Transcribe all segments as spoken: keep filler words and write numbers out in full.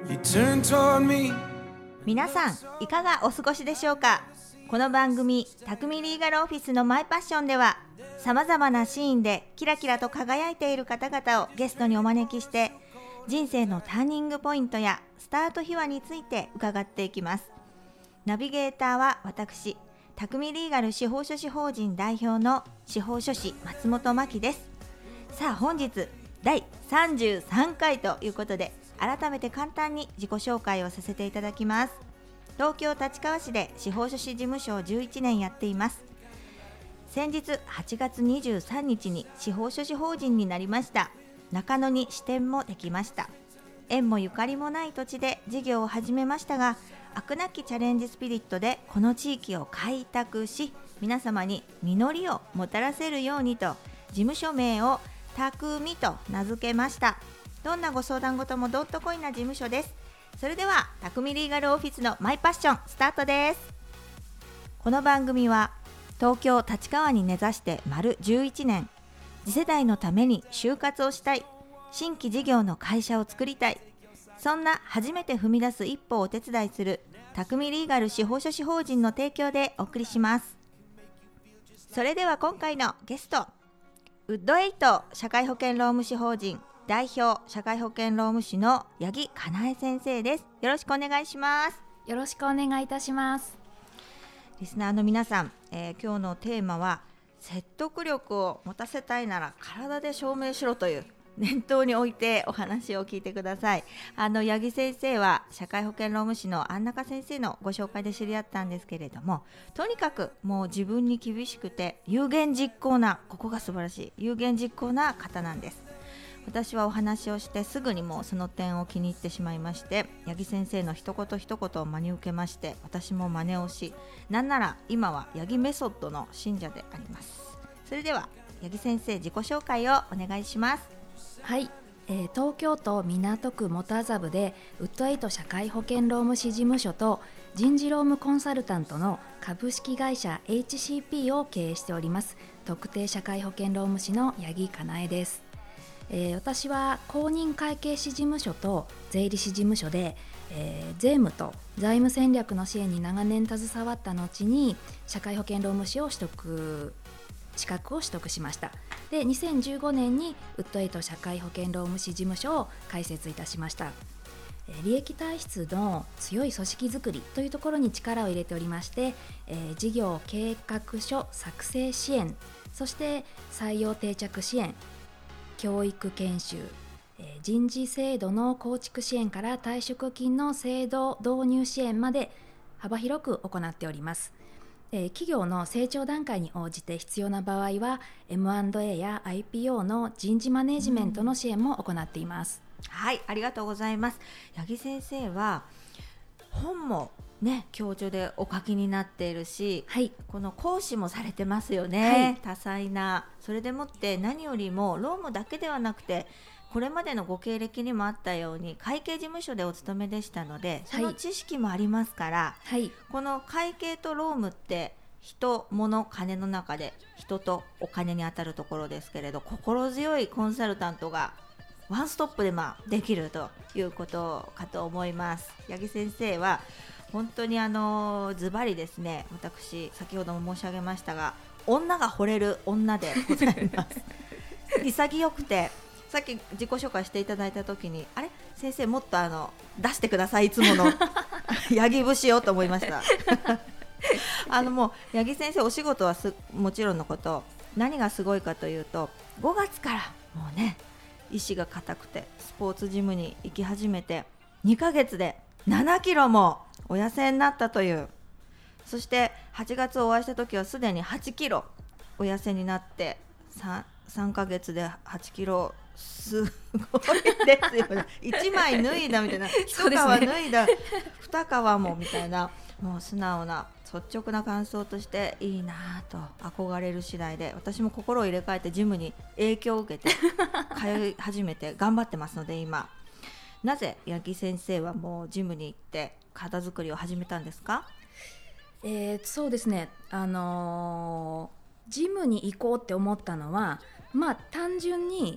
皆さんいかがお過ごしでしょうか。この番組匠リーガルオフィスのマイパッションでは、さまざまなシーンでキラキラと輝いている方々をゲストにお招きして、人生のターニングポイントやスタート秘話について伺っていきます。ナビゲーターは私、匠リーガル司法書士法人代表の司法書士松本真希です。さあ本日だいさんじゅうさんかいということで、改めて簡単に自己紹介をさせていただきます。東京立川市で司法書士事務所をじゅういちねんやっています。先日はちがつにじゅうさんにちに司法書士法人になりました。中野に支店もできました。縁もゆかりもない土地で事業を始めましたが、飽くなきチャレンジスピリットでこの地域を開拓し、皆様に実りをもたらせるようにと、事務所名を匠と名付けました。どんなご相談事もどんとこいな事務所です。それでは匠リーガルオフィスのマイパッションスタートです。この番組は東京立川に根ざして丸じゅういちねん、次世代のために就活をしたい、新規事業の会社を作りたい、そんな初めて踏み出す一歩をお手伝いする匠リーガル司法書士法人の提供でお送りします。それでは今回のゲスト、ウッドエイト社会保険労務士法人代表社会保険労務士の八木かなえ先生です。よろしくお願いします。 よろしくお願いいたします。 リスナーの皆さん、えー、今日のテーマは説得力を持たせたいなら体で証明しろという念頭に置いてお話を聞いてください。あの八木先生は社会保険労務士の安中先生のご紹介で知り合ったんですけれども、とにかくもう自分に厳しくて有言実行な、ここが素晴らしい有言実行な方なんです。私はお話をしてすぐにもうその点を気に入ってしまいまして、八木先生の一言一言を真に受けまして、私も真似をし、なんなら今は八木メソッドの信者であります。それでは八木先生、自己紹介をお願いします。 はい、えー、東京都港区元麻布でウッドエイト社会保険労務士事務所と人事労務コンサルタントの株式会社 エイチシーピー を経営しております特定社会保険労務士の八木かなえです。えー、私は公認会計士事務所と税理士事務所で、えー、税務と財務戦略の支援に長年携わった後に社会保険労務士を取得資格を取得しました。でにせんじゅうごねんにウッドエイト社会保険労務士事務所を開設いたしました。えー、利益体質の強い組織づくりというところに力を入れておりまして、えー、事業計画書作成支援、そして採用定着支援、教育研修、人事制度の構築支援から退職金の制度導入支援まで幅広く行っております。企業の成長段階に応じて必要な場合は エムアンドエー や アイピーオー の人事マネジメントの支援も行っています。 はい、ありがとうございます。八木先生は本もね、教授でお書きになっているし、はい、この講師もされてますよね、はい、多彩な。それでもって何よりも労務だけではなくて、これまでのご経歴にもあったように会計事務所でお勤めでしたので、その知識もありますから、はい、この会計と労務って人、物、金の中で人とお金に当たるところですけれど、心強いコンサルタントがワンストップでまあできるということかと思います。八木先生は本当にあのズバリですね、私先ほども申し上げましたが、女が惚れる女でございます潔くて、さっき自己紹介していただいた時に、あれ先生もっとあの出してください、いつもの八木節をと思いましたあのもう八木先生お仕事はすもちろんのこと、何がすごいかというと、ごがつからもうね意志が固くてスポーツジムに行き始めてにかげつでななキロもお痩せになったという。そしてはちがつお会いした時はすでにはちキロお痩せになって 3, さんかげつではちキロ、すごいですよねいちまい脱いだみたいな、いち皮脱いだに皮もみたいな、もう素直な率直な感想としていいなと憧れる次第で、私も心を入れ替えてジムに影響を受けて通い始めて頑張ってますので、今なぜ八木先生はもうジムに行って体作りを始めたんですか？ えー、そうですね、あのー、ジムに行こうって思ったのは、まあ単純に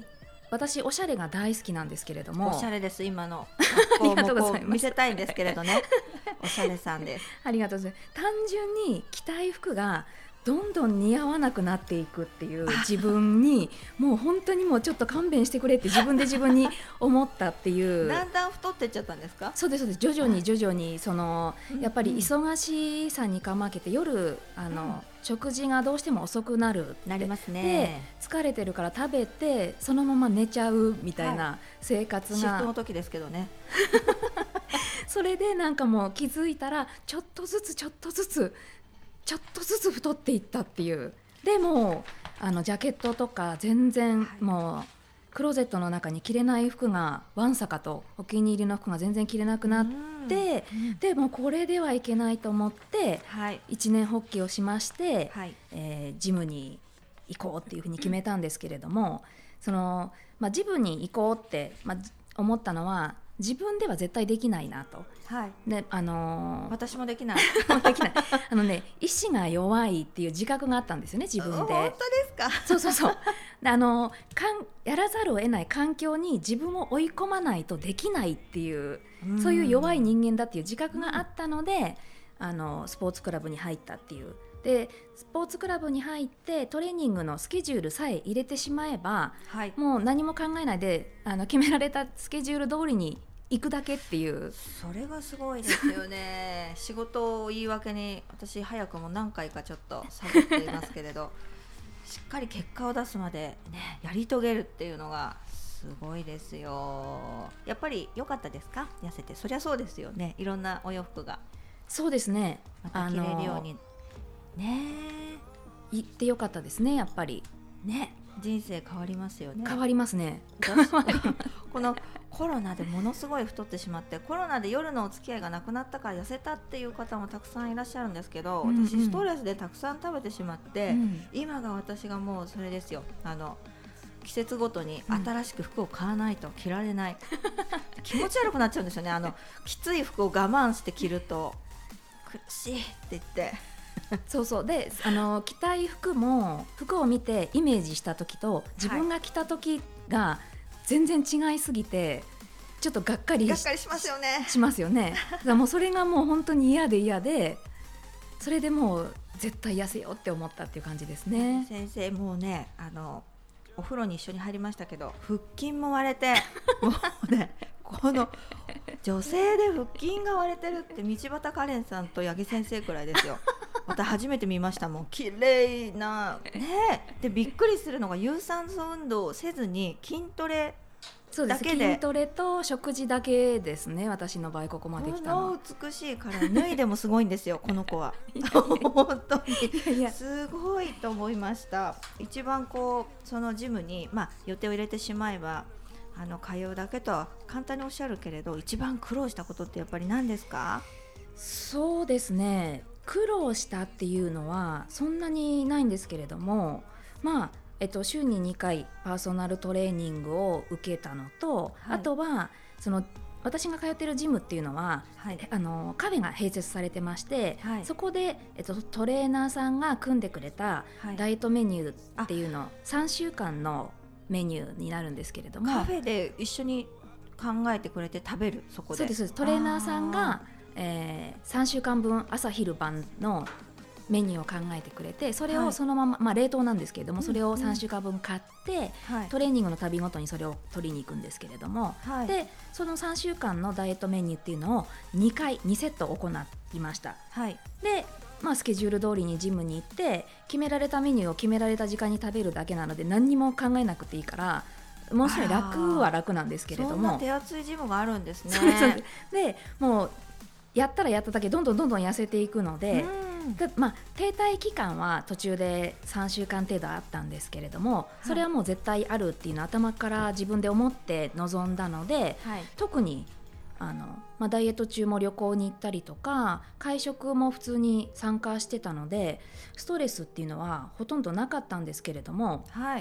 私おしゃれが大好きなんですけれども。 おしゃれです。今のありがとうございます。 こう見せたいんですけれどねおしゃれさんです。 ありがとうございます。単純に着たい服がどんどん似合わなくなっていくっていう自分にもう本当にもうちょっと勘弁してくれって自分で自分に思ったっていうだんだん太ってっちゃったんですか？ そうですそうです。徐々に徐々にそのやっぱり忙しさにかまけて夜あの、うん、食事がどうしても遅くなるなりますね。 で疲れてるから食べてそのまま寝ちゃうみたいな生活が、 はい、シフトの時ですけどねそれでなんかもう気づいたらちょっとずつちょっとずつちょっとずつ太っていったっていう。でもあのジャケットとか全然もうクローゼットの中に着れない服がわんさかとお気に入りの服が全然着れなくなって、うん、でもこれではいけないと思って、はい、一年発起をしまして、はい、えー、ジムに行こうっていうふうに決めたんですけれども、その、まあ、ジムに行こうって、まあ、思ったのは自分では絶対できないなと、はい、であのー、 私もできないできないあの、ね、意志が弱いっていう自覚があったんですよね自分で。 本当ですか？ そうそうそうであのかんやらざるを得ない環境に自分を追い込まないとできないっていう、うん、そういう弱い人間だっていう自覚があったので、うん、あのスポーツクラブに入ったっていう。でスポーツクラブに入ってトレーニングのスケジュールさえ入れてしまえば、はい、もう何も考えないであの決められたスケジュール通りに行くだけっていう。 それがすごいですよね仕事を言い訳に私早くも何回かちょっとサボっていますけれどしっかり結果を出すまで、ね、やり遂げるっていうのがすごいですよ。やっぱり良かったですか？痩せて。そりゃそうですよね。いろんなお洋服がそうですねまた着れるようにね行ってよかったですね。やっぱりね人生変わりますよね。 変わりますねこのコロナでものすごい太ってしまって、コロナで夜のお付き合いがなくなったから痩せたっていう方もたくさんいらっしゃるんですけど、うんうん、私ストレスでたくさん食べてしまって、うん、今が私がもうそれですよ。あの季節ごとに新しく服を買わないと着られない、うん、気持ち悪くなっちゃうんですよね。あのきつい服を我慢して着ると苦しいって言ってそうそうであの着たい服も服を見てイメージした時と自分が着た時が全然違いすぎてちょっとがっかり し, がっかりしますよね。 しますよね。だからもうそれがもう本当に嫌で嫌で、それでもう絶対痩せようって思ったっていう感じですね。 先生もうねあのお風呂に一緒に入りましたけど腹筋も割れてもうねこの女性で腹筋が割れてるって道端カレンさんと八木先生くらいですよ。また初めて見ましたもん。綺麗なね。でびっくりするのが有酸素運動をせずに筋トレそうです。筋トレと食事だけですね。私の場合ここまで来たの。 この美しいから脱いでもすごいんですよこの子は本当にいやすごいと思いました。一番こうそのジムに、まあ、予定を入れてしまえばあの通うだけとは簡単におっしゃるけれど、一番苦労したことってやっぱり何ですか？ そうですね、苦労したっていうのはそんなにないんですけれども、まあえっと、週ににかいパーソナルトレーニングを受けたのと、はい、あとはその私が通っているジムっていうのは、はい、あのカフェが併設されてまして、はい、そこで、えっと、トレーナーさんが組んでくれたダイエットメニューっていうの、はい、さんしゅうかんのメニューになるんですけれども、 カフェで一緒に考えてくれて食べる。そこでそうです。トレーナーさんが、えー、さんしゅうかんぶん朝昼晩のメニューを考えてくれて、それをそのまま、はい、まあ、冷凍なんですけれども、それをさんしゅうかんぶん買って、うんうん、トレーニングの度ごとにそれを取りに行くんですけれども、はい、でそのさんしゅうかんのダイエットメニューっていうのをにかいにセット行いました、はい、で、まあ、スケジュール通りにジムに行って決められたメニューを決められた時間に食べるだけなので何にも考えなくていいからものすごい楽は楽なんですけれども、 そんな手厚いジムがあるんですね。 そうですでもうやったらやっただけどんどんどんどん痩せていくので、でまあ、停滞期間は途中でさんしゅうかん程度あったんですけれども、それはもう絶対あるっていうのを頭から自分で思って臨んだので、はい、特にあの、まあ、ダイエット中も旅行に行ったりとか会食も普通に参加してたのでストレスっていうのはほとんどなかったんですけれども、はい、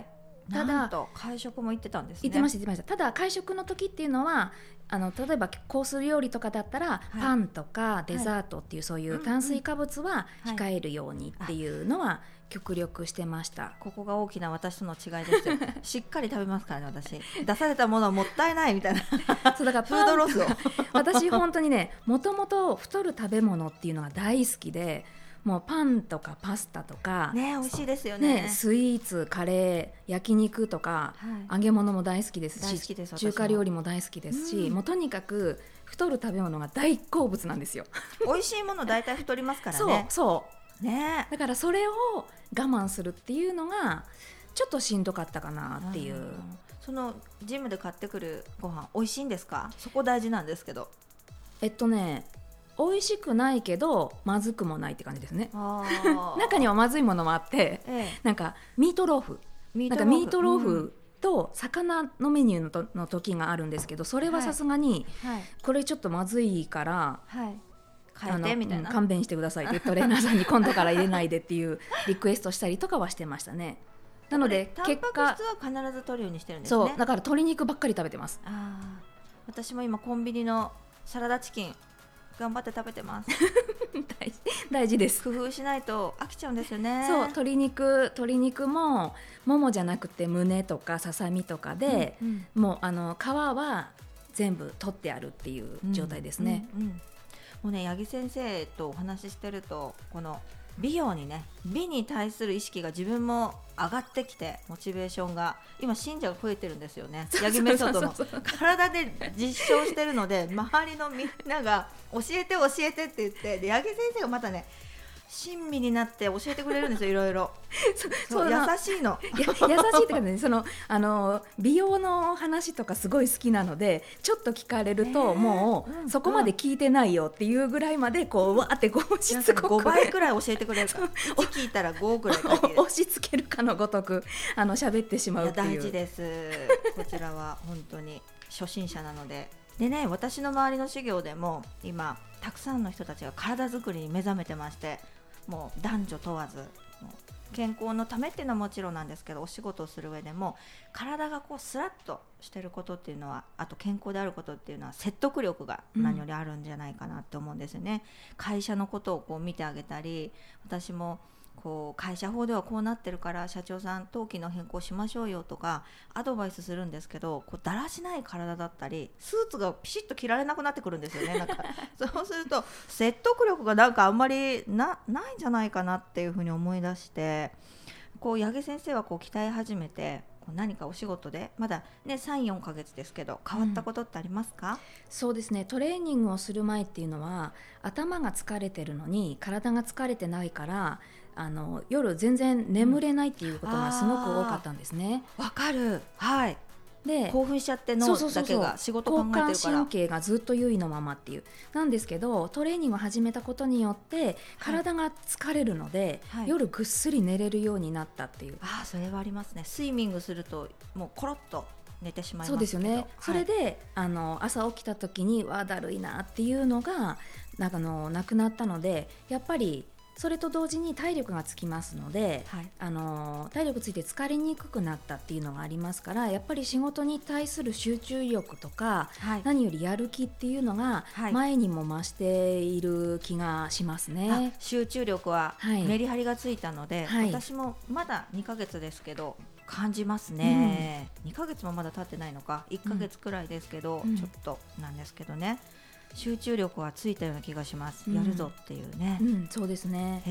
ただなんと会食も行ってたんですね。 行ってました行ってました。ただ会食の時っていうのはあの例えばコース料理とかだったら、はい、パンとかデザートっていう、はい、そういう炭水化物は控えるようにっていうのは極力してました、はい、 ここが大きな私との違いですよしっかり食べますからね私。出されたものはもったいないみたいなそうだからフードロスを私本当にねもともと太る食べ物っていうのが大好きで、もうパンとかパスタとか、 ね、美味しいですよ ね, ねスイーツカレー焼肉とか、はい、揚げ物も大好きですしきです中華料理も大好きですし、うん、もうとにかく太る食べ物が大好物なんですよ美味しいもの大体太りますからね。 そうそう、 ね、 だからそれを我慢するっていうのがちょっとしんどかったかなっていう。 そのジムで買ってくるご飯美味しいんですか？そこ大事なんですけど。 えっとね美味しくないけどまずくもないって感じですね。あ中にはまずいものもあって、ええ、なんかミートローフなんかミートローフと魚のメニュー の, との時があるんですけど、それはさすがにこれちょっとまずいから、はい変えてみたいな、 勘弁してくださいってトレーナーさんに今度から入れないでっていうリクエストしたりとかはしてましたね。なので結果タンパク質は必ず取るようにしてるんですね。 そうだから鶏肉ばっかり食べてます。 あ私も今コンビニのサラダチキン頑張って食べてます大, 大事です。 工夫しないと飽きちゃうんですよね。 そう鶏肉鶏肉もももじゃなくて胸とかささみとかで、うんうん、もうあの皮は全部取ってあるっていう状態ですね、 うんうんうん、もうね八木先生とお話ししてるとこの美容にね美に対する意識が自分も上がってきてモチベーションが今信者が増えてるんですよね。八木メソッドの体で実証してるので周りのみんなが教えて教えてって言ってで八木先生がまたね親身になって教えてくれるんですよいろいろそそう優しいのや優しいってかねそのあの美容の話とかすごい好きなのでちょっと聞かれると、えー、もう、うん、そこまで聞いてないよっていうぐらいまでこうわーってこうしつこくごばいくらい教えてくれるからいち聞いたらごぐらい書いてる押し付けるかのごとくあの喋ってしまうっていう。 いや大事ですこちらは本当に初心者なのででね私の周りの授業でも今たくさんの人たちが体づくりに目覚めてましてもう男女問わずもう健康のためっていうのはもちろんなんですけどお仕事をする上でも体がこうスラッとしてることっていうのはあと健康であることっていうのは説得力が何よりあるんじゃないかなって思うんですよね、うん、会社のことをこう見てあげたり私もこう会社法ではこうなってるから社長さん登記の変更しましょうよとかアドバイスするんですけどこうだらしない体だったりスーツがピシッと着られなくなってくるんですよねなんかそうすると説得力がなんかあんまり な, ないんじゃないかなっていうふうに思い出してこう八木先生はこう鍛え始めてこう何かお仕事でまだ、ね、さん、よんかげつですけど変わったことってありますか？うん、 そうですねトレーニングをする前っていうのは頭が疲れてるのに体が疲れてないからあの夜全然眠れないっていうことがすごく多かったんですね。 わ、うん、かる、はい、 で興奮しちゃって脳だけが仕事考えてるから交感神経がずっと優位のままっていうなんですけどトレーニングを始めたことによって体が疲れるので、はい、夜ぐっすり寝れるようになったっていう。 あそれはありますね。スイミングするともうコロッと寝てしまいますけど。 そうですよね、はい、それであの朝起きた時にわだるいなっていうのがなんかのなくなったのでやっぱりそれと同時に体力がつきますので、はい、あの体力ついて疲れにくくなったっていうのがありますからやっぱり仕事に対する集中力とか、はい、何よりやる気っていうのが前にも増している気がしますね、はい、 集中力はメリハリがついたので、はい、私もまだにかげつですけど感じますね、うん、にかげつもまだ経ってないのかいっかげつくらいですけど、うん、ちょっとなんですけどね集中力はついたような気がします、うん、やるぞっていうね、 うん、そうですね。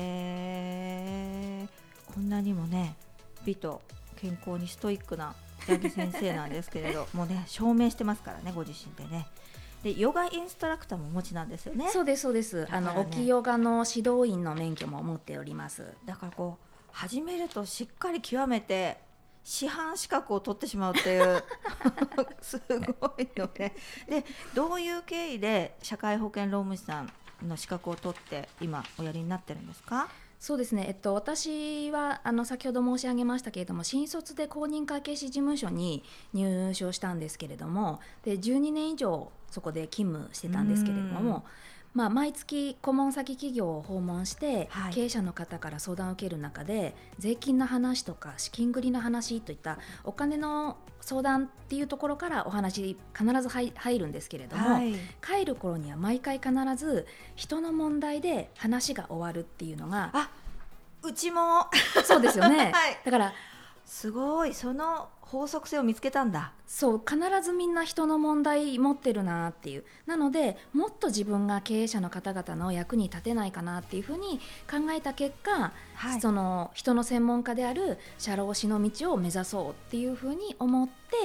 へーこんなにもね美と健康にストイックな八木先生なんですけれどもうね証明してますからねご自身でね。でヨガインストラクターもお持ちなんですよね。 そうですそうです、ね、あのオキヨガの指導員の免許も持っております。 だからこう始めるとしっかり極めて師範資格を取ってしまうっていうすごいのね。でどういう経緯で社会保険労務士さんの資格を取って今おやりになってるんですか？ そうですね、えっと、私はあの先ほど申し上げましたけれども新卒で公認会計士事務所に入所したんですけれどもでじゅうにねん以上そこで勤務してたんですけれどもまあ、毎月顧問先企業を訪問して、 はい、 経営者の方から相談を受ける中で税金の話とか資金繰りの話といったお金の相談っていうところからお話必ず入るんですけれども、はい、帰る頃には毎回必ず人の問題で話が終わるっていうのが、 あ、うちもそうですよね、 はい、 だからすごい、その法則性を見つけたんだ。 そう、必ずみんな人の問題持ってるなっていう。なのでもっと自分が経営者の方々の役に立てないかなっていうふうに考えた結果、はい、その人の専門家である社労士の道を目指そうっていうふうに思って、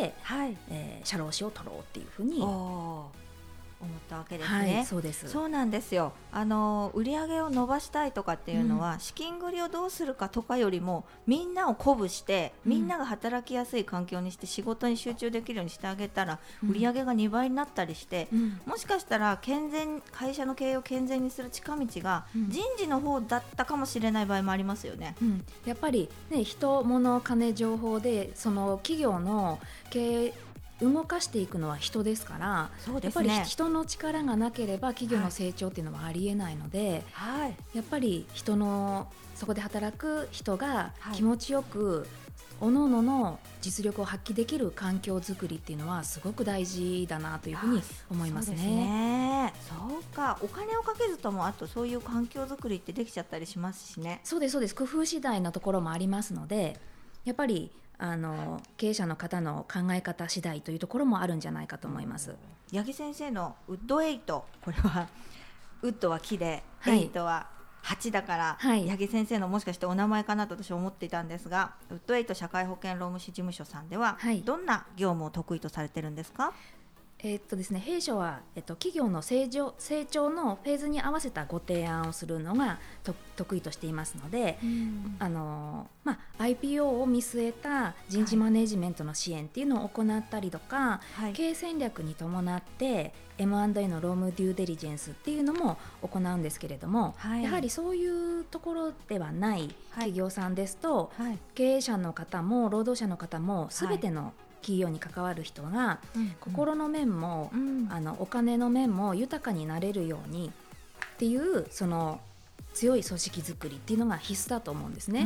はい、えー、社労士を取ろうっていうふうに思ったわけですね。 はい、そうです。 そうなんですよ。あの売り上げを伸ばしたいとかっていうのは、うん、資金繰りをどうするかとかよりもみんなを鼓舞して、うん、みんなが働きやすい環境にして仕事に集中できるようにしてあげたら、うん、売り上げがにばいになったりして、うん、もしかしたら健全会社の経営を健全にする近道が人事の方だったかもしれない場合もありますよね。 うん、やっぱり、ね、人物金情報でその企業の経営動かしていくのは人ですから、そうですね、やっぱり人の力がなければ企業の成長っていうのはありえないので、はい、やっぱり人のそこで働く人が気持ちよく、はい、おのおのの実力を発揮できる環境づくりっていうのはすごく大事だなというふうに思いますね。 そうですね。そうか、お金をかけずともあとそういう環境づくりってできちゃったりしますしね。 そうですそうです。工夫次第のところもありますので、やっぱりあの経営者の方の考え方次第というところもあるんじゃないかと思います。 八木先生のウッドエイト、これはウッドは木で、はい、エイトははちだから、はい、八木先生のもしかしてお名前かなと私は思っていたんですが、ウッドエイト社会保険労務士事務所さんでは、はい、どんな業務を得意とされてるんですか？ えーっとですね、弊社は、えっと、企業の成長、成長のフェーズに合わせたご提案をするのがと得意としていますので、あのまあ、アイピーオー を見据えた人事マネジメントの支援っていうのを行ったりとか、はい、経営戦略に伴って エムアンドエー の労務デューデリジェンスっていうのも行うんですけれども、はい、やはりそういうところではない企業さんですと、はいはい、経営者の方も労働者の方も全ての、はい、企業に関わる人が、うんうん、心の面も、うん、あのお金の面も豊かになれるようにっていうその強い組織づくりっていうのが必須だと思うんですね、うん、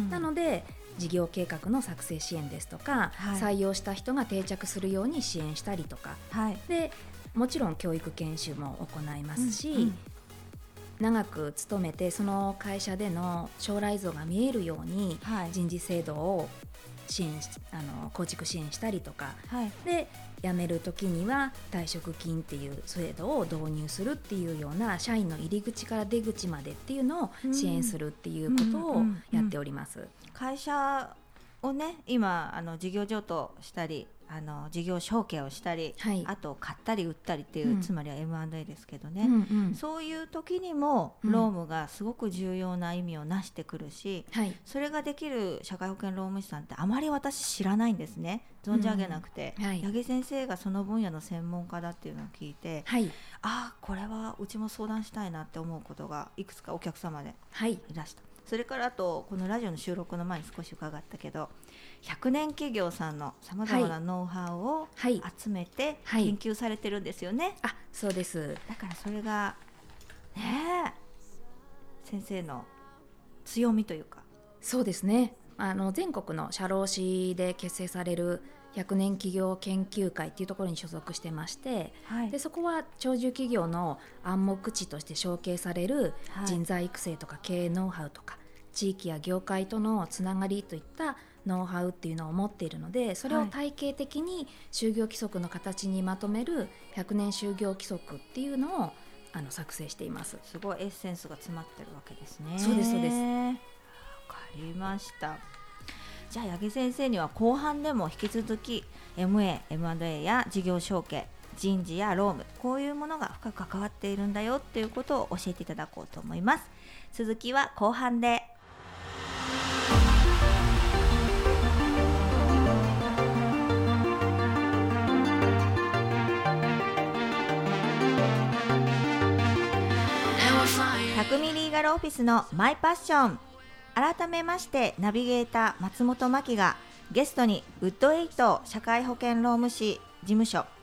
なので事業計画の作成支援ですとか、はい、採用した人が定着するように支援したりとか、はい、でもちろん教育研修も行いますし、うんうん、長く勤めてその会社での将来像が見えるように、はい、人事制度を支援しあの構築支援したりとか、はい、で辞める時には退職金っていう制度を導入するっていうような社員の入り口から出口までっていうのを支援するっていうことをやっております、うんうんうん、 会社をね今あの事業譲渡したりあの事業承継をしたり、はい、あと買ったり売ったりっていう、うん、つまりは エムアンドエー ですけどね、うんうん、そういう時にも労務がすごく重要な意味をなしてくるし、うん、それができる社会保険労務士さんってあまり私知らないんですね。存じ上げなくて、うんはい、八木先生がその分野の専門家だっていうのを聞いて、はい、あこれはうちも相談したいなって思うことがいくつかお客様でいらした、はい、それからあとこのラジオの収録の前に少し伺ったけどひゃくねん企業さんのさまざまなノウハウを集めて研究されてるんですよね、 はいはい、あそうです。 だからそれがね先生の強みというか。 そうですね、あの全国の社労士で結成されるひゃくねん企業研究会っていうところに所属してまして、はい、でそこは長寿企業の暗黙知として承継される人材育成とか経営ノウハウとか、はい、地域や業界とのつながりといったノウハウっていうのを持っているので、それを体系的に就業規則の形にまとめるひゃくねん就業規則っていうのをあの作成しています。 すごいエッセンスが詰まってるわけですね。 そうですそうです。 わかりました。じゃあ八木先生には後半でも引き続き エムエー、エムアンドエー や事業承継、人事や労務、こういうものが深く関わっているんだよっていうことを教えていただこうと思います。続きは後半で。匠リーガルオフィスのマイパッション。改めましてナビゲーター松本真希がゲストにウッドエイト社会保険労務士事務所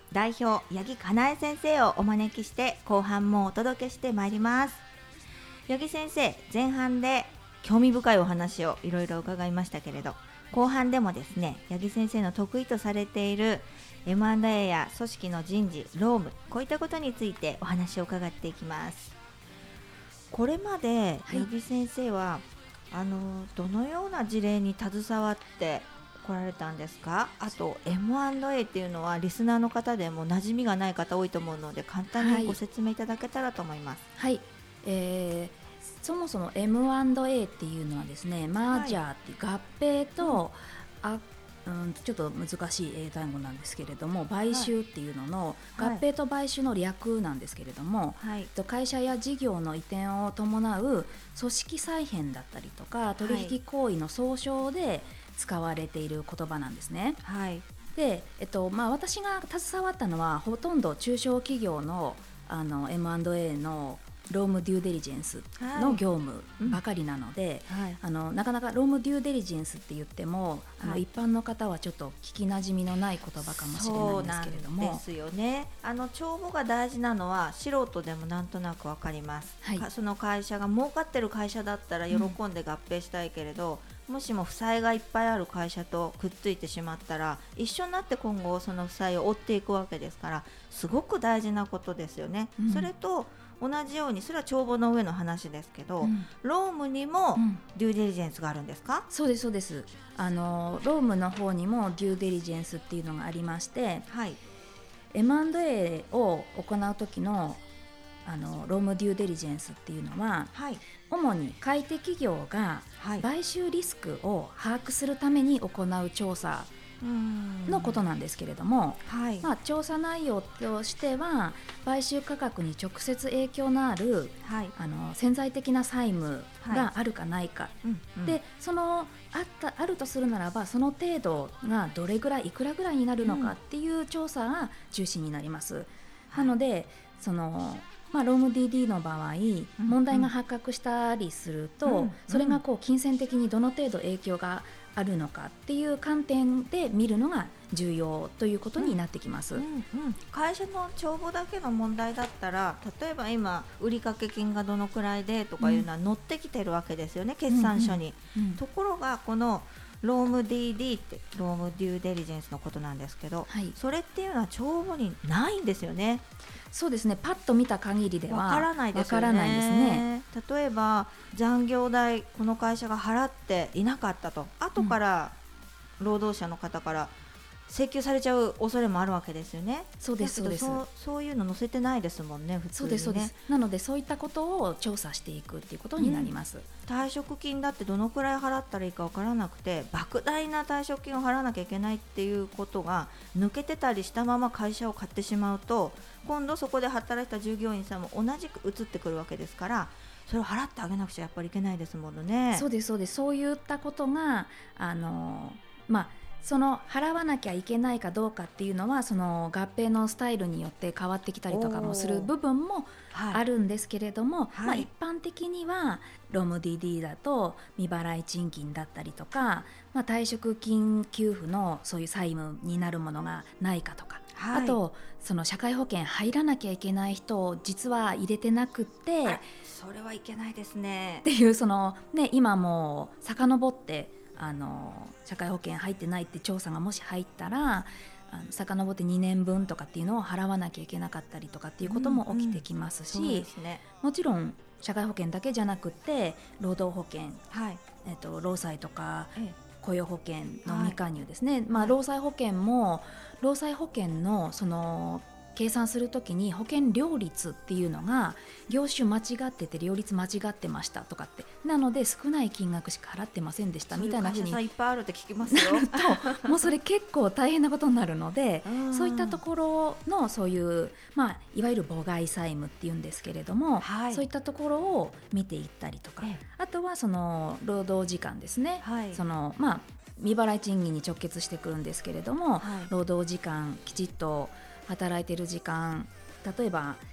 代表八木かなえ先生をお招きして後半もお届けしてまいります。八木先生、前半で興味深いお話をいろいろ伺いましたけれど、後半でもですね、八木先生の得意とされている エムアンドエー や組織の人事、労務、こういったことについてお話を伺っていきます。これまで八木先生は、はい、あのどのような事例に携わって来られたんですか？あと エムアンドエー っていうのはリスナーの方でも馴染みがない方多いと思うので、簡単にご説明いただけたらと思います。 はい、はい、えーそもそも エムアンドエー っていうのはですね、マージャーっていう合併と、はい、あうん、ちょっと難しい英単語なんですけれども、買収っていうのの、はい、合併と買収の略なんですけれども、はい、会社や事業の移転を伴う組織再編だったりとか取引行為の総称で使われている言葉なんですね。はい、で、えっとまあ、私が携わったのはほとんど中小企業の、あの エムアンドエー のロームデューデリジェンスの業務ばかりなので、はい、あのなかなかロームデューデリジェンスって言っても、あの、はい、一般の方はちょっと聞きなじみのない言葉かもしれないんですけれども、 そうなんですよね。あの帳簿が大事なのは素人でもなんとなくわかります、はい、その会社が儲かってる会社だったら喜んで合併したいけれど、うん、もしも負債がいっぱいある会社とくっついてしまったら一緒になって今後その負債を追っていくわけですから、すごく大事なことですよね、うん、それと同じように、それは帳簿の上の話ですけど、うん、ロームにもデューデリジェンスがあるんですか？ そうですそうです。あのロームの方にもデューデリジェンスっていうのがありまして、はい、エムアンドエー を行う時のあのロームデューデリジェンスっていうのは、はい、主に買い手企業が買収リスクを把握するために行う調査のことなんですけれども、はい、まあ、調査内容としては買収価格に直接影響のある、はい、あの潜在的な債務があるかないか、はい、でそのあったあるとするならば、その程度がどれぐらいいくらぐらいになるのかっていう調査が中心になります、うん、なのでそのまあ、ローム ディーディー の場合、問題が発覚したりすると、うんうん、それがこう金銭的にどの程度影響があるのかっていう観点で見るのが重要ということになってきます、うんうんうん、 会社の帳簿だけの問題だったら、例えば今売掛金がどのくらいでとかいうのは載ってきてるわけですよね、決算書に、うんうんうん、ところがこのローム ディーディー ってロームデューデリジェンスのことなんですけど、はい、それっていうのは帳簿にないんですよね。 そうですね、パッと見た限りではわからないですよね。わからないですね。例えば残業代この会社が払っていなかったと、後から労働者の方から請求されちゃう恐れもあるわけですよね。 そうですそうです。 そう、そういうの載せてないですもんね、普通にね。 そうですそうです。なのでそういったことを調査していくっていうことになります、うん、 退職金だってどのくらい払ったらいいか分からなくて、莫大な退職金を払わなきゃいけないっていうことが抜けてたりしたまま会社を買ってしまうと、今度そこで働いた従業員さんも同じく移ってくるわけですから、それを払ってあげなくちゃやっぱりいけないですものね。 そうですそうです。そういったことがあのまあその払わなきゃいけないかどうかっていうのは、その合併のスタイルによって変わってきたりとかもする部分もあるんですけれども、はい、まあ、一般的にはローム ディーディー だと未払い賃金だったりとか、まあ、退職金給付のそういう債務になるものがないかとか、はい、あとその社会保険入らなきゃいけない人を実は入れてなくて、 それはいけないですねっていう、そのね、今もう遡ってあの社会保険入ってないって調査がもし入ったら、あの遡ってにねんぶんとかっていうのを払わなきゃいけなかったりとかっていうことも起きてきますし、うんうん、そうですね、もちろん社会保険だけじゃなくて労働保険、はい、えっと、労災とか、ええ、雇用保険の未加入ですね、はい、まあ、労災保険も労災保険のその計算するときに保険料率っていうのが業種間違ってて料率間違ってましたとかって、なので少ない金額しか払ってませんでしたみたいな風に、 そういう会社さんいっぱいあるって聞きますよともうそれ結構大変なことになるのでそういったところのそういう、まあ、いわゆる母外債務っていうんですけれども、はい、そういったところを見ていったりとか、ええ、あとはその労働時間ですね、はい、そのまあ未払い賃金に直結してくるんですけれども、はい、労働時間きちっと働いている時間、例えば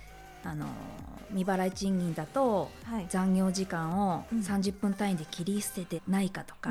あの未払い賃金だと残業時間をさんじゅっぷん単位で切り捨ててないかとか、うん、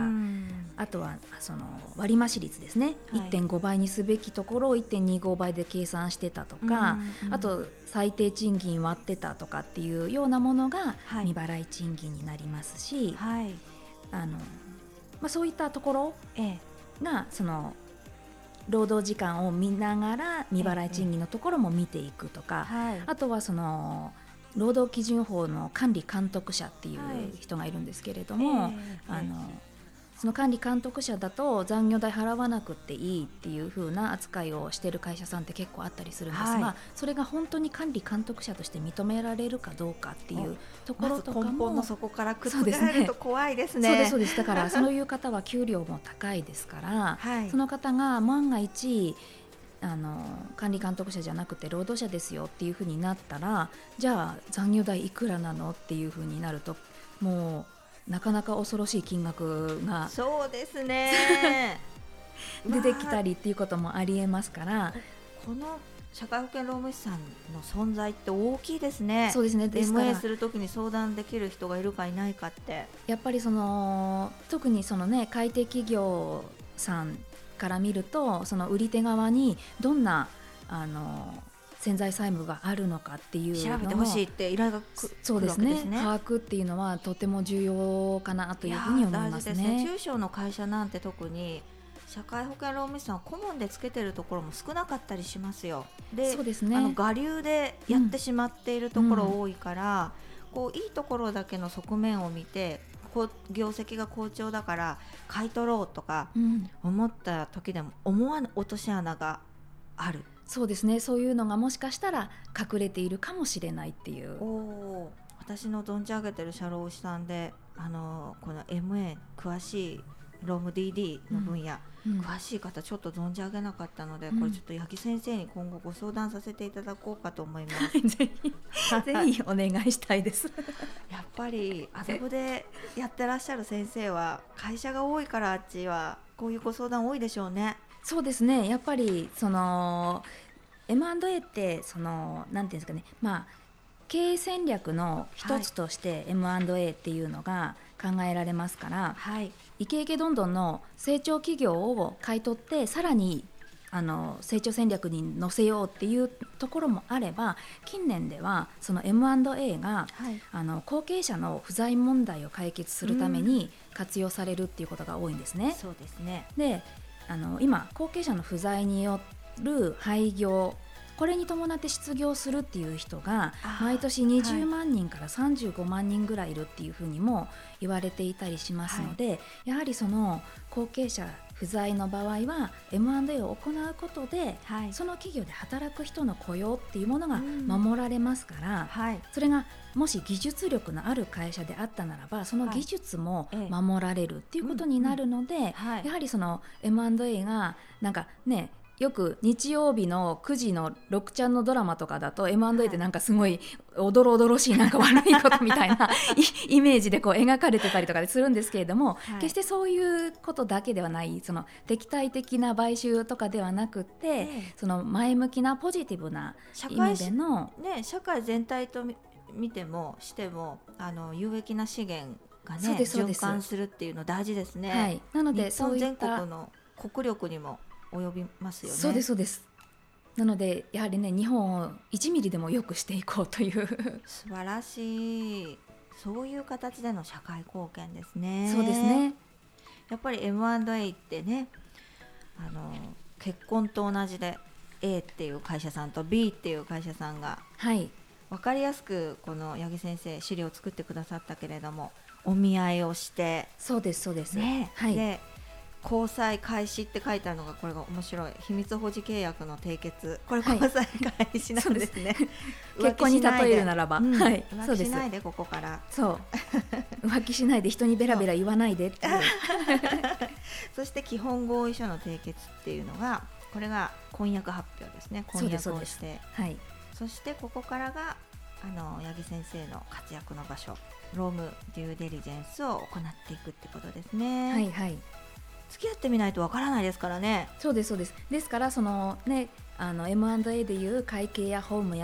あとはその割増率ですね、はい、いってんごばいにすべきところをいってんにごばいで計算してたとか、うんうん、あと最低賃金割ってたとかっていうようなものが未払い賃金になりますし、はい、あのまあ、そういったところがその労働時間を見ながら未払い賃金のところも見ていくとか、はい、あとはその労働基準法の管理監督者っていう人がいるんですけれども、はい、あのその管理監督者だと残業代払わなくていいっていう風な扱いをしている会社さんって結構あったりするんですが、はい、それが本当に管理監督者として認められるかどうかっていうところとかも、 まず根本の底から覆ると怖いですね。 そうですそうです。だからそういう方は給料も高いですから、はい、その方が万が一あの管理監督者じゃなくて労働者ですよっていう風になったら、じゃあ残業代いくらなのっていう風になると、もうなかなか恐ろしい金額がそうですね出てきたりっていうこともありえますから、 この社会保険労務士さんの存在って大きいですね。 そうですね。ですからエムエー するときに相談できる人がいるかいないかって、 やっぱりその特にそのね改定企業さんから見ると、その売り手側にどんなあの潜在債務があるのかっていうのを調べてほしいって依頼がくそうですね、 来るわけですね。 把握っていうのはとても重要かなというふうに思いますね。 大事ですね。中小の会社なんて特に社会保険労務士さんを顧問でつけてるところも少なかったりしますよ。で、 そうですね、 あの我流でやってしまっているところ多いから、うん、こういいところだけの側面を見て、こう業績が好調だから買い取ろうとか思った時でも思わぬ落とし穴がある。 そうですね。そういうのがもしかしたら隠れているかもしれないっていう。 お私の存じ上げてる社労士さんで、あのこの エムエー 詳しい労務 ディーディー の分野、うん、詳しい方ちょっと存じ上げなかったので、うん、これちょっと八木先生に今後ご相談させていただこうかと思います。 ぜひぜひお願いしたいですやっぱり麻布でやってらっしゃる先生は会社が多いから、あっちはこういうご相談多いでしょうね。 そうですね。やっぱりその エムアンドエー ってそのなんていうんですかね、まあ経営戦略の一つとして エムアンドエー っていうのが考えられますから、はい、イケイケどんどんの成長企業を買い取ってさらにあの成長戦略に乗せようっていうところもあれば、近年ではその エムアンドエー が、はい、あの後継者の不在問題を解決するために活用されるっていうことが多いんですね。 そうですね。 であの今後継者の不在による廃業、これに伴って失業するっていう人が毎年にじゅうまんにんからさんじゅうごまんにんぐらいいるっていうふうにも言われていたりしますので、はい、やはりその後継者不在の場合は エムアンドエー を行うことで、はい、その企業で働く人の雇用っていうものが守られますから、うんはい、それがもし技術力のある会社であったならば、その技術も守られるっていうことになるので、やはりその エムアンドエー がなんかね、よく日曜日のくじのろくちゃんのドラマとかだと エムアンドエー ってなんかすごいおどろおどろしいなんか悪いことみたいなイメージでこう描かれてたりとかするんですけれども、はい、決してそういうことだけではない、その敵対的な買収とかではなくて、ええ、その前向きなポジティブな意味での社会、ね、社会全体と見てもしてもあの有益な資源が、ね、循環するっていうの大事ですね。 はい、なのでそういった日本全国の国力にも及びますよね。 そうですそうです。なのでやはりね、日本をいちミリでも良くしていこうという素晴らしい、そういう形での社会貢献ですね。 そうですね。 やっぱり エムアンドエー ってね、あの結婚と同じで A っていう会社さんと B っていう会社さんが、はい、分かりやすくこの八木先生資料を作ってくださったけれども、お見合いをして、 そうですそうです、 ね、はい、で交際開始って書いてあるのが、これが面白い。秘密保持契約の締結、これ交際開始なんですね、 はい、結婚に例えるならば、うん、はい、 浮気しないで、ここからそう浮気しないで、人にベラベラ言わないでっていうそして基本合意書の締結っていうのが、これが婚約発表ですね。婚約をして、はい、そしてここからがあの八木先生の活躍の場所、労務デューデリジェンスを行っていくってことですね。 はいはい。 付き合ってみないとわからないですからね。 そうですそうです。ですからそのね、あの エムアンドエー でいう会計や法務や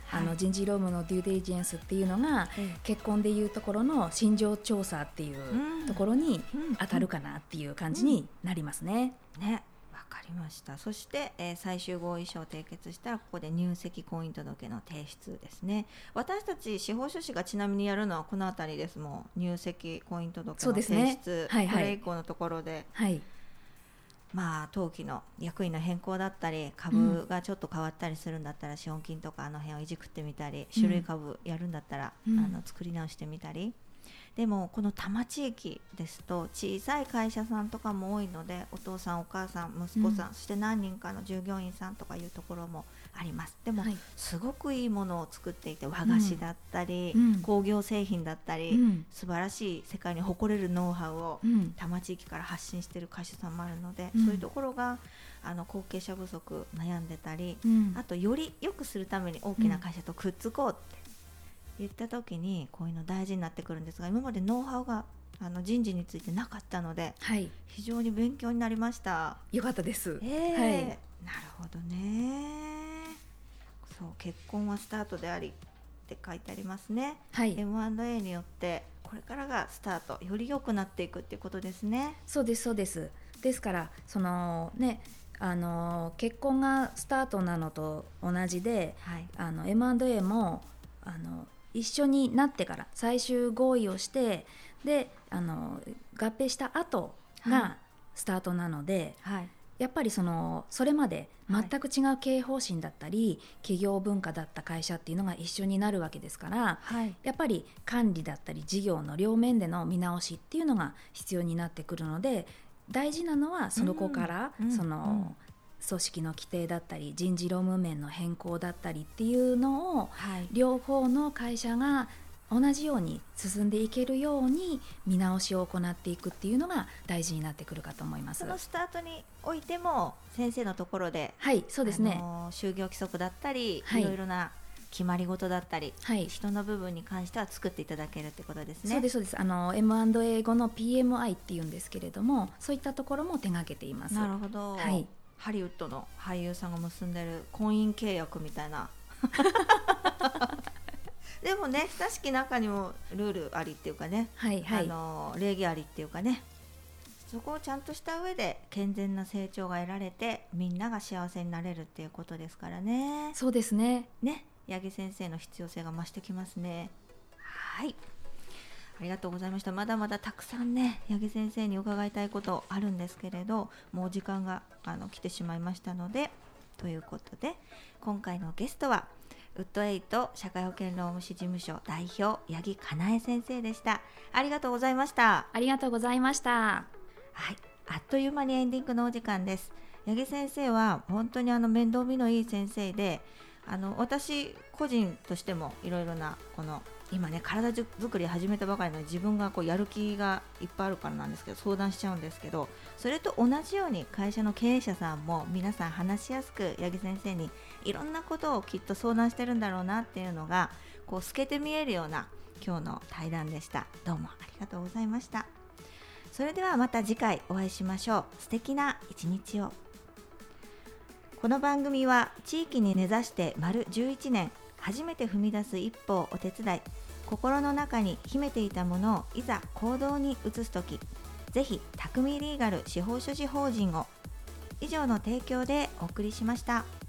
あの人事労務のデューデリジェンスっていうのが、結婚でいうところの心情調査っていうところに当たるかなっていう感じになりますね。 うんうん、ね、わかりました。そして、えー、最終合意書を締結したらここで入籍婚姻届の提出ですね。私たち司法書士がちなみにやるのはこのあたりですもん。入籍婚姻届の提出、ね、はいはい、これ以降のところで、はい、まあ、登記の役員の変更だったり株がちょっと変わったりするんだったら、うん、資本金とかあの辺をいじくってみたり、種類株やるんだったら、うん、あの作り直してみたり。でもこの多摩地域ですと小さい会社さんとかも多いので、お父さんお母さん息子さん、うん、そして何人かの従業員さんとかいうところもあります。でも、はい、すごくいいものを作っていて、和菓子だったり、うん、工業製品だったり、うん、素晴らしい世界に誇れるノウハウを多摩地域から発信している会社さんもあるので、うん、そういうところがあの後継者不足悩んでたり、うん、あとより良くするために大きな会社とくっつこうって言った時にこういうの大事になってくるんですが、今までノウハウがあの人事についてなかったので、はい、非常に勉強になりました。 よかったです、 えーはい、なるほどね。そう、結婚はスタートでありって書いてありますね、はい、エムアンドエー によってこれからがスタート、より良くなっていくっていうことですね。 そうですそうです。ですからそのね、あの結婚がスタートなのと同じで、はい、あの エムアンドエー もあの一緒になってから最終合意をして、であの合併した後がスタートなので、はい、やっぱりそのそれまで全く違う経営方針だったり、はい、企業文化だった会社っていうのが一緒になるわけですから、はい、やっぱり管理だったり事業の両面での見直しっていうのが必要になってくるので、大事なのはその子から、うん、その、うん組織の規定だったり人事労務面の変更だったりっていうのを、はい、両方の会社が同じように進んでいけるように見直しを行っていくっていうのが大事になってくるかと思います。 そのスタートにおいても先生のところで、 はいそうですね、 あの就業規則だったり、はい、いろいろな決まり事だったり、はい、人の部分に関しては作っていただけるってことですね。 そうですそうです。あの エムアンドエー 後の ピーエムアイ っていうんですけれども、そういったところも手掛けています。 なるほど、はい、ハリウッドの俳優さんが結んでる婚姻契約みたいなでもね、親しき中にもルールありっていうかね、はいはい、あの礼儀ありっていうかね、そこをちゃんとした上で健全な成長が得られてみんなが幸せになれるっていうことですからね。 そうですね。 ね、八木先生の必要性が増してきますね。はい、ありがとうございました。まだまだたくさんね、八木先生に伺いたいことあるんですけれど、もう時間があの来てしまいましたので、ということで今回のゲストはウッドエイト社会保険労務士事務所代表八木かなえ先生でした。ありがとうございました。 ありがとうございました。 はい、あっという間にエンディングのお時間です。八木先生は本当にあの面倒見のいい先生で、あの私個人としてもいろいろなこの今ね体づくり始めたばかりので、自分がこうやる気がいっぱいあるからなんですけど相談しちゃうんですけど、それと同じように会社の経営者さんも皆さん話しやすく八木先生にいろんなことをきっと相談してるんだろうなっていうのがこう透けて見えるような今日の対談でした。どうもありがとうございました。それではまた次回お会いしましょう。素敵な一日を。この番組は地域に根ざして丸じゅういちねん、初めて踏み出す一歩をお手伝い、心の中に秘めていたものをいざ行動に移すとき、ぜひ匠リーガル司法書士法人を。以上の提供でお送りしました。